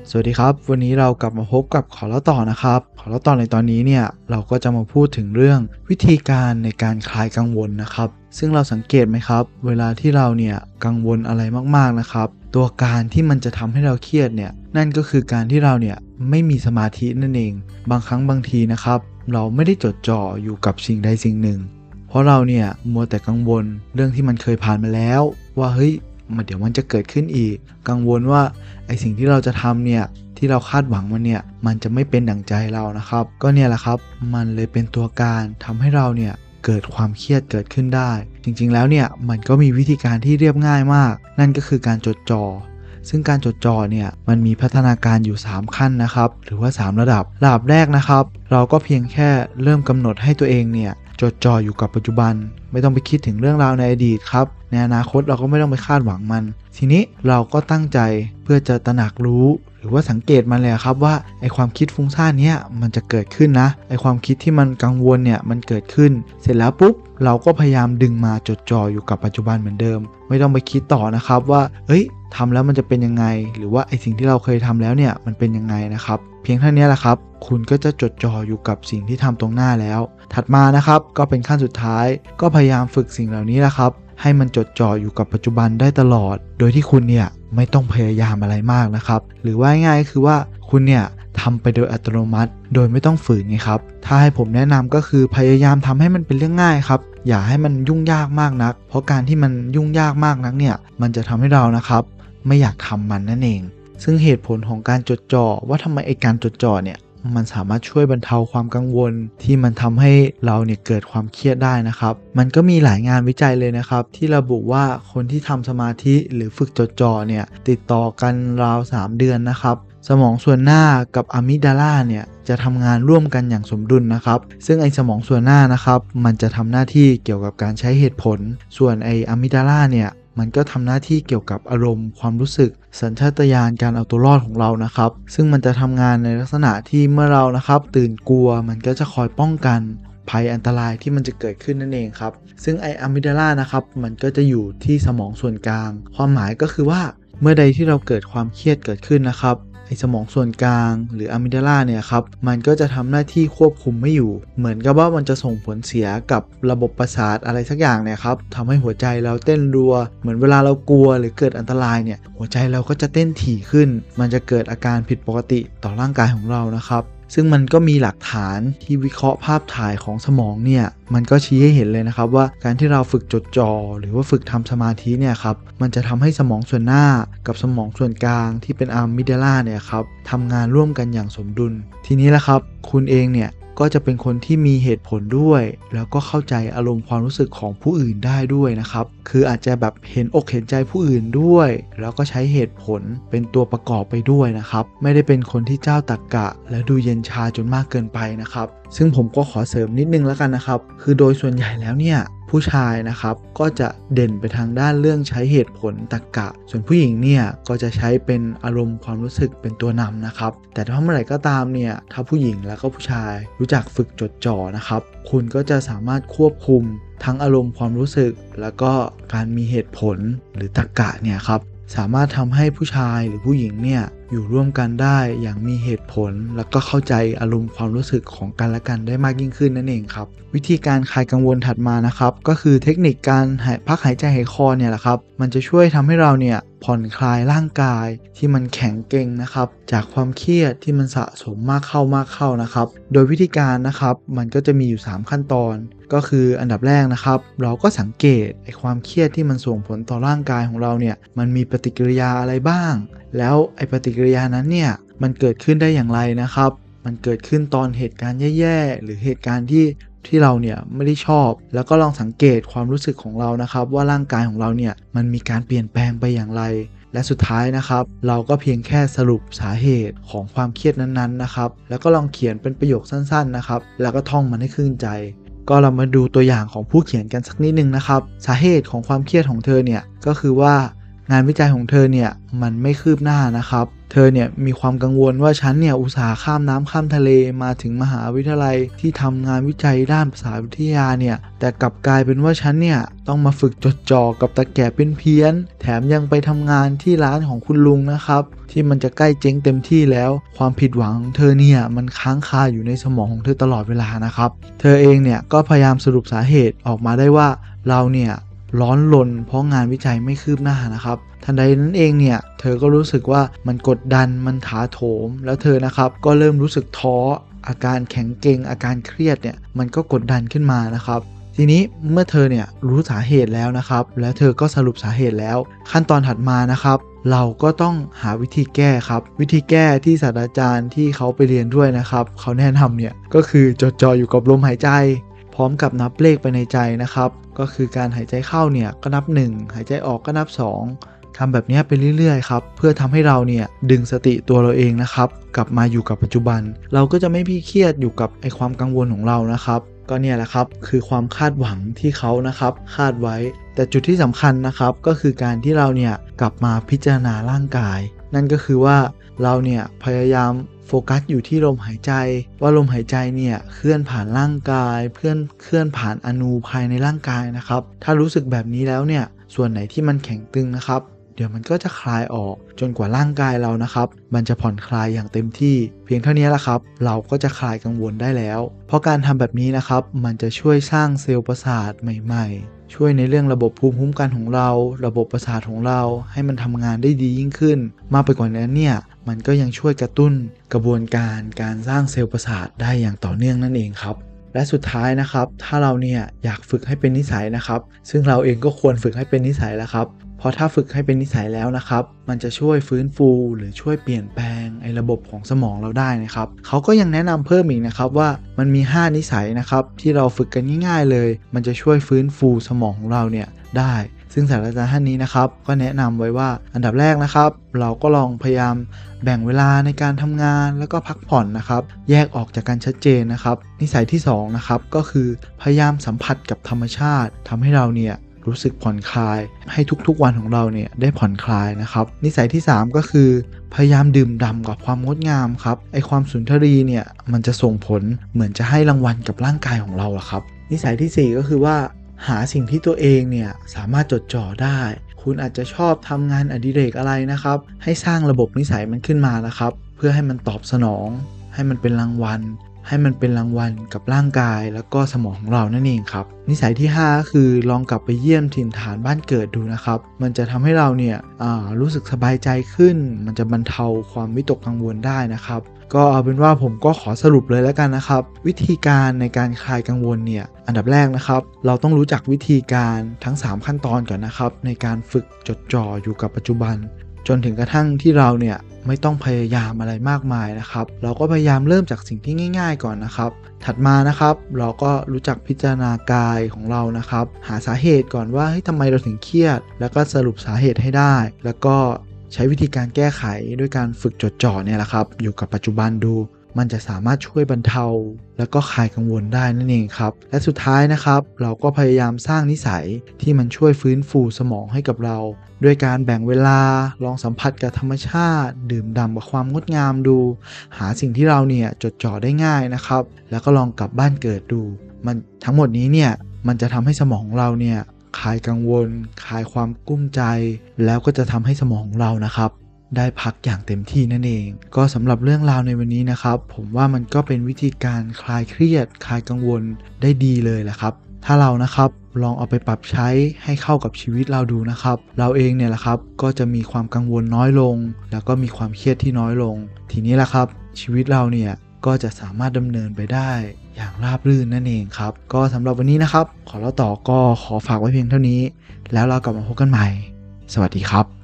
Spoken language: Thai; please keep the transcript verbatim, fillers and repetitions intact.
สวัสดีครับวันนี้เรากลับมาพบกับขอเล่าต่อนะครับขอเล่าต่อในตอนนี้เนี่ยเราก็จะมาพูดถึงเรื่องวิธีการในการคลายกังวลนะครับซึ่งเราสังเกตไหมครับเวลาที่เราเนี่ยกังวลอะไรมากๆนะครับตัวการที่มันจะทำให้เราเครียดเนี่ยนั่นก็คือการที่เราเนี่ยไม่มีสมาธินั่นเองบางครั้งบางทีนะครับเราไม่ได้จดจ่ออยู่กับสิ่งใดสิ่งหนึ่งเพราะเราเนี่ยมัวแต่กังวลเรื่องที่มันเคยผ่านมาแล้วว่าเฮ้ยมันเดี๋ยวมันจะเกิดขึ้นอีกกังวลว่าไอสิ่งที่เราจะทำเนี่ยที่เราคาดหวังมันเนี่ยมันจะไม่เป็นดั่งใจเรานะครับก็เนี่ยแหละครับมันเลยเป็นตัวการทำให้เราเนี่ยเกิดความเครียดเกิดขึ้นได้จริงๆแล้วเนี่ยมันก็มีวิธีการที่เรียบง่ายมากนั่นก็คือการจดจ่อซึ่งการจดจ่อเนี่ยมันมีพัฒนาการอยู่สามขั้นนะครับหรือว่าสามระดับระดับแรกนะครับเราก็เพียงแค่เริ่มกำหนดให้ตัวเองเนี่ยจดจ่ออยู่กับปัจจุบันไม่ต้องไปคิดถึงเรื่องราวในอดีตครับในอนาคตเราก็ไม่ต้องไปคาดหวังมันทีนี้เราก็ตั้งใจเพื่อจะตระหนักรู้หรือว่าสังเกตมันเลยครับว่าไอความคิดฟุ้งซ่านเนี้ยมันจะเกิดขึ้นนะไอความคิดที่มันกังวลเนี่ยมันเกิดขึ้นเสร็จแล้วปุ๊บเราก็พยายามดึงมาจดจ่ออยู่กับปัจจุบันเหมือนเดิมไม่ต้องไปคิดต่อนะครับว่าเอ้ยทำแล้วมันจะเป็นยังไงหรือว่าไอสิ่งที่เราเคยทำแล้วเนี่ยมันเป็นยังไงนะครับเพียงเท่านี้แหละครับคุณก็จะจดจ่ออยู่กับสิ่งที่ทำตรงหน้าแล้วถัดมานะครับก็เป็นขั้นสุดท้ายก็พยายามฝึกสิ่งเหล่านี้แหละครับให้มันจดจ่ออยู่กับปัจจุบันได้ตลอดโดยที่คุณเนี่ยไม่ต้องพยายามอะไรมากนะครับหรือว่าง่ายๆคือว่าคุณเนี่ยทำไปโดยอัตโนมัติโดยไม่ต้องฝืนไงครับถ้าให้ผมแนะนำก็คือพยายามทำให้มันเป็นเรื่องง่ายครับอย่าให้มันยุ่งยากมากนักเพราะการที่มันยุ่งยากมากนักเนี่ยมันจะทำให้เรานะครับไม่อยากทำมันนั่นเองซึ่งเหตุผลของการจดจ่อว่าทำไมไอ้การจดจ่อเนี่ยมันสามารถช่วยบรรเทาความกังวลที่มันทำให้เราเนี่ยเกิดความเครียดได้นะครับมันก็มีหลายงานวิจัยเลยนะครับที่ระบุว่าคนที่ทำสมาธิหรือฝึกจดจ่อเนี่ยติดต่อกันราวสามเดือนนะครับสมองส่วนหน้ากับอะมิกดาลาเนี่ยจะทำงานร่วมกันอย่างสมดุลนะครับซึ่งไอ้สมองส่วนหน้านะครับมันจะทำหน้าที่เกี่ยวกับการใช้เหตุผลส่วนไอ้อะมิกดาลาเนี่ยมันก็ทำหน้าที่เกี่ยวกับอารมณ์ความรู้สึกสัญชาตญาณการเอาตัวรอดของเรานะครับซึ่งมันจะทำงานในลักษณะที่เมื่อเรานะครับตื่นกลัวมันก็จะคอยป้องกันภัยอันตรายที่มันจะเกิดขึ้นนั่นเองครับซึ่งไออะมิกดาลานะครับมันก็จะอยู่ที่สมองส่วนกลางความหมายก็คือว่าเมื่อใดที่เราเกิดความเครียดเกิดขึ้นนะครับไอสมองส่วนกลางหรืออะมิกดาลาเนี่ยครับมันก็จะทำหน้าที่ควบคุมไม่อยู่เหมือนกับว่ามันจะส่งผลเสียกับระบบประสาทอะไรสักอย่างเนี่ยครับทำให้หัวใจเราเต้นรัวเหมือนเวลาเรากลัวหรือเกิดอันตรายเนี่ยหัวใจเราก็จะเต้นถี่ขึ้นมันจะเกิดอาการผิดปกติต่อร่างกายของเรานะครับซึ่งมันก็มีหลักฐานที่วิเคราะห์ภาพถ่ายของสมองเนี่ยมันก็ชี้ให้เห็นเลยนะครับว่าการที่เราฝึกจดจ่อหรือว่าฝึกทำสมาธิเนี่ยครับมันจะทำให้สมองส่วนหน้ากับสมองส่วนกลางที่เป็นอะมิกดาลาเนี่ยครับทำงานร่วมกันอย่างสมดุลทีนี้แหละครับคุณเองเนี่ยก็จะเป็นคนที่มีเหตุผลด้วยแล้วก็เข้าใจอารมณ์ความรู้สึกของผู้อื่นได้ด้วยนะครับคืออาจจะแบบเห็นอกเห็นใจผู้อื่นด้วยแล้วก็ใช้เหตุผลเป็นตัวประกอบไปด้วยนะครับไม่ได้เป็นคนที่เจ้าตรรกะและดูเย็นชาจนมากเกินไปนะครับซึ่งผมก็ขอเสริมนิดนึงแล้วกันนะครับคือโดยส่วนใหญ่แล้วเนี่ยผู้ชายนะครับก็จะเด่นไปทางด้านเรื่องใช้เหตุผลตรรกะส่วนผู้หญิงเนี่ยก็จะใช้เป็นอารมณ์ความรู้สึกเป็นตัวนำนะครับแต่ถ้าเมื่อไหร่ก็ตามเนี่ยถ้าผู้หญิงแล้วก็ผู้ชายรู้จักฝึกจดจ่อนะครับคุณก็จะสามารถควบคุมทั้งอารมณ์ความรู้สึกแล้วก็การมีเหตุผลหรือตรรกะเนี่ยครับสามารถทำให้ผู้ชายหรือผู้หญิงเนี่ยอยู่ร่วมกันได้อย่างมีเหตุผลแล้วก็เข้าใจอารมณ์ความรู้สึกของกันและกันได้มากยิ่งขึ้นนั่นเองครับวิธีการคลายกังวลถัดมานะครับก็คือเทคนิคการพักหายใจหายคอเนี่ยแหละครับมันจะช่วยทำให้เราเนี่ยผ่อนคลายร่างกายที่มันแข็งเกร็งนะครับจากความเครียดที่มันสะสมมากเข้ามากเข้านะครับโดยวิธีการนะครับมันก็จะมีอยู่สามขั้นตอนก็คืออันดับแรกนะครับเราก็สังเกตไอ้ความเครียดที่มันส่งผลต่อร่างกายของเราเนี่ยมันมีปฏิกิริยาอะไรบ้างแล้วไอ้ปฏิกิริยานั้นเนี่ยมันเกิดขึ้นได้อย่างไรนะครับมันเกิดขึ้นตอนเหตุการณ์แย่ๆหรือเหตุการณ์ที่ที่เราเนี่ยไม่ได้ชอบแล้วก็ลองสังเกตความรู้สึกของเรานะครับว่าร่างกายของเราเนี่ยมันมีการเปลี่ยนแปลงไปอย่างไรและสุดท้ายนะครับเราก็เพียงแค่สรุปสาเหตุของความเครียดนั้นๆนะครับแล้วก็ลองเขียนเป็นประโยคสั้นๆนะครับแล้วก็ท่องมันให้ขึ้นใจก็เรามาดูตัวอย่างของผู้เขียนกันสักนิดนึงนะครับสาเหตุของความเครียดของเธอเนี่ยก็คือว่างานวิจัยของเธอเนี่ยมันไม่คืบหน้านะครับเธอเนี่ยมีความกังวลว่าฉันเนี่ยอุตส่าห์ข้ามน้ำข้ามทะเลมาถึงมหาวิทยาลัยที่ทำงานวิจัยด้านภาษาวิทยาเนี่ยแต่กลับกลายเป็นว่าฉันเนี่ยต้องมาฝึกจดจ่อกับตะแก่เป็นเพี้ยนแถมยังไปทำงานที่ร้านของคุณลุงนะครับที่มันจะใกล้เจ๊งเต็มที่แล้วความผิดหวังของเธอเนี่ยมันค้างคาอยู่ในสมองของเธอตลอดเวลานะครับเธอเองเนี่ยก็พยายามสรุปสาเหตุออกมาได้ว่าเราเนี่ยร้อนรนเพราะงานวิจัยไม่คืบหน้านะครับทันใดนั้นเองเนี่ยเธอก็รู้สึกว่ามันกดดันมันถาโถมแล้วเธอนะครับก็เริ่มรู้สึกท้ออาการแข็งเกร็งอาการเครียดเนี่ยมันก็กดดันขึ้นมานะครับทีนี้เมื่อเธอเนี่ยรู้สาเหตุแล้วนะครับแล้วเธอก็สรุปสาเหตุแล้วขั้นตอนถัดมานะครับเราก็ต้องหาวิธีแก้ครับวิธีแก้ที่ศาสตราจารย์ที่เขาไปเรียนด้วยนะครับเขาแนะนำเนี่ยก็คือจดจ่ออยู่กับลมหายใจพร้อมกับนับเลขไปในใจนะครับก็คือการหายใจเข้าเนี่ยก็นับหนึ่งหายใจออกก็นับสองทำแบบนี้ไปเรื่อยๆครับเพื่อทำให้เราเนี่ยดึงสติตัวเราเองนะครับกลับมาอยู่กับปัจจุบันเราก็จะไม่พี่เครียดอยู่กับไอความกังวลของเรานะครับก็เนี่ยแหละครับคือความคาดหวังที่เขานะครับคาดไว้แต่จุดที่สำคัญนะครับก็คือการที่เราเนี่ยกลับมาพิจารณาร่างกายนั่นก็คือว่าเราเนี่ยพยายามโฟกัสอยู่ที่ลมหายใจว่าลมหายใจเนี่ยเคลื่อนผ่านร่างกายเพื่อนเคลื่อนผ่านอนูภายในร่างกายนะครับถ้ารู้สึกแบบนี้แล้วเนี่ยส่วนไหนที่มันแข็งตึงนะครับเดี๋ยวมันก็จะคลายออกจนกว่าร่างกายเรานะครับมันจะผ่อนคลายอย่างเต็มที่เพียงเท่านี้แหละครับเราก็จะคลายกังวลได้แล้วเพราะการทำแบบนี้นะครับมันจะช่วยสร้างเซลล์ประสาทใหม่ๆช่วยในเรื่องระบบภูมิคุ้มกันของเราระบบประสาทของเราให้มันทำงานได้ดียิ่งขึ้นมากไปกว่านั้นเนี่ยมันก็ยังช่วยกระตุ้นกระบวนการการสร้างเซลล์ประสาทได้อย่างต่อเนื่องนั่นเองครับและสุดท้ายนะครับถ้าเราเนี่ยอยากฝึกให้เป็นนิสัยนะครับซึ่งเราเองก็ควรฝึกให้เป็นนิสัยแล้วครับเพราะถ้าฝึกให้เป็นนิสัยแล้วนะครับมันจะช่วยฟื้นฟูหรือช่วยเปลี่ยนแปลงไอ้ระบบของสมองเราได้นะครับเขาก็ยังแนะนำเพิ่มอีกนะครับว่ามันมีห้านิสัยนะครับที่เราฝึกกันง่ายๆเลยมันจะช่วยฟื้นฟูสมองของเราเนี่ยได้ซึ่งศาสตราจารย์ท่านนี้นะครับก็แนะนำไว้ว่าอันดับแรกนะครับเราก็ลองพยายามแบ่งเวลาในการทำงานแล้วก็พักผ่อนนะครับแยกออกจากกันชัดเจนนะครับนิสัยที่สองนะครับก็คือพยายามสัมผัสกับธรรมชาติทำให้เราเนี่ยรู้สึกผ่อนคลายให้ทุกๆวันของเราเนี่ยได้ผ่อนคลายนะครับนิสัยที่สามก็คือพยายามดื่มด่ำกับความงดงามครับไอความสุนทรีเนี่ยมันจะส่งผลเหมือนจะให้รางวัลกับร่างกายของเราอะครับนิสัยที่สี่ก็คือว่าหาสิ่งที่ตัวเองเนี่ยสามารถจดจ่อได้คุณอาจจะชอบทำงานอดิเรกอะไรนะครับให้สร้างระบบนิสัยมันขึ้นมานะครับเพื่อให้มันตอบสนองให้มันเป็นรางวัลให้มันเป็นรางวัลกับร่างกายแล้วก็สมองของเรานั่นเองครับนิสัยที่ห้าก็คือลองกลับไปเยี่ยมถิ่นฐานบ้านเกิดดูนะครับมันจะทำให้เราเนี่ยรู้สึกสบายใจขึ้นมันจะบรรเทาความวิตกกังวลได้นะครับก็เอาเป็นว่าผมก็ขอสรุปเลยแล้วกันนะครับวิธีการในการคลายกังวลเนี่ยอันดับแรกนะครับเราต้องรู้จักวิธีการทั้งสามขั้นตอนก่อนนะครับในการฝึกจดจ่ออยู่กับปัจจุบันจนถึงกระทั่งที่เราเนี่ยไม่ต้องพยายามอะไรมากมายนะครับเราก็พยายามเริ่มจากสิ่งที่ง่ายๆก่อนนะครับถัดมานะครับเราก็รู้จักพิจารณากายของเรานะครับหาสาเหตุก่อนว่าเฮ้ยทำไมเราถึงเครียดแล้วก็สรุปสาเหตุให้ได้แล้วก็ใช้วิธีการแก้ไขด้วยการฝึกจดจ่อเนี่ยแหละครับอยู่กับปัจจุบันดูมันจะสามารถช่วยบรรเทาแล้วก็คลายกังวลได้นั่นเองครับและสุดท้ายนะครับเราก็พยายามสร้างนิสัยที่มันช่วยฟื้นฟูสมองให้กับเราด้วยการแบ่งเวลาลองสัมผัสกับธรรมชาติดื่มด่ำกับความงดงามดูหาสิ่งที่เราเนี่ยจดจ่อได้ง่ายนะครับแล้วก็ลองกลับบ้านเกิดดูมันทั้งหมดนี้เนี่ยมันจะทำให้สมองของเราเนี่ยคลายกังวลคลายความกุ้มใจแล้วก็จะทำให้สมองของเรานะครับได้พักอย่างเต็มที่นั่นเองก็สำหรับเรื่องราวในวันนี้นะครับผมว่ามันก็เป็นวิธีการคลายเครียดคลายกังวลได้ดีเลยแหละครับถ้าเรานะครับลองเอาไปปรับใช้ให้เข้ากับชีวิตเราดูนะครับเราเองเนี่ยแหละครับก็จะมีความกังวลน้อยลงแล้วก็มีความเครียดที่น้อยลงทีนี้แหละครับชีวิตเราเนี่ยก็จะสามารถดำเนินไปได้อย่างราบรื่นนั่นเองครับก็สำหรับวันนี้นะครับขอเล่าต่อก็ขอฝากไว้เพียงเท่านี้แล้วเรากลับมาพบกันใหม่สวัสดีครับ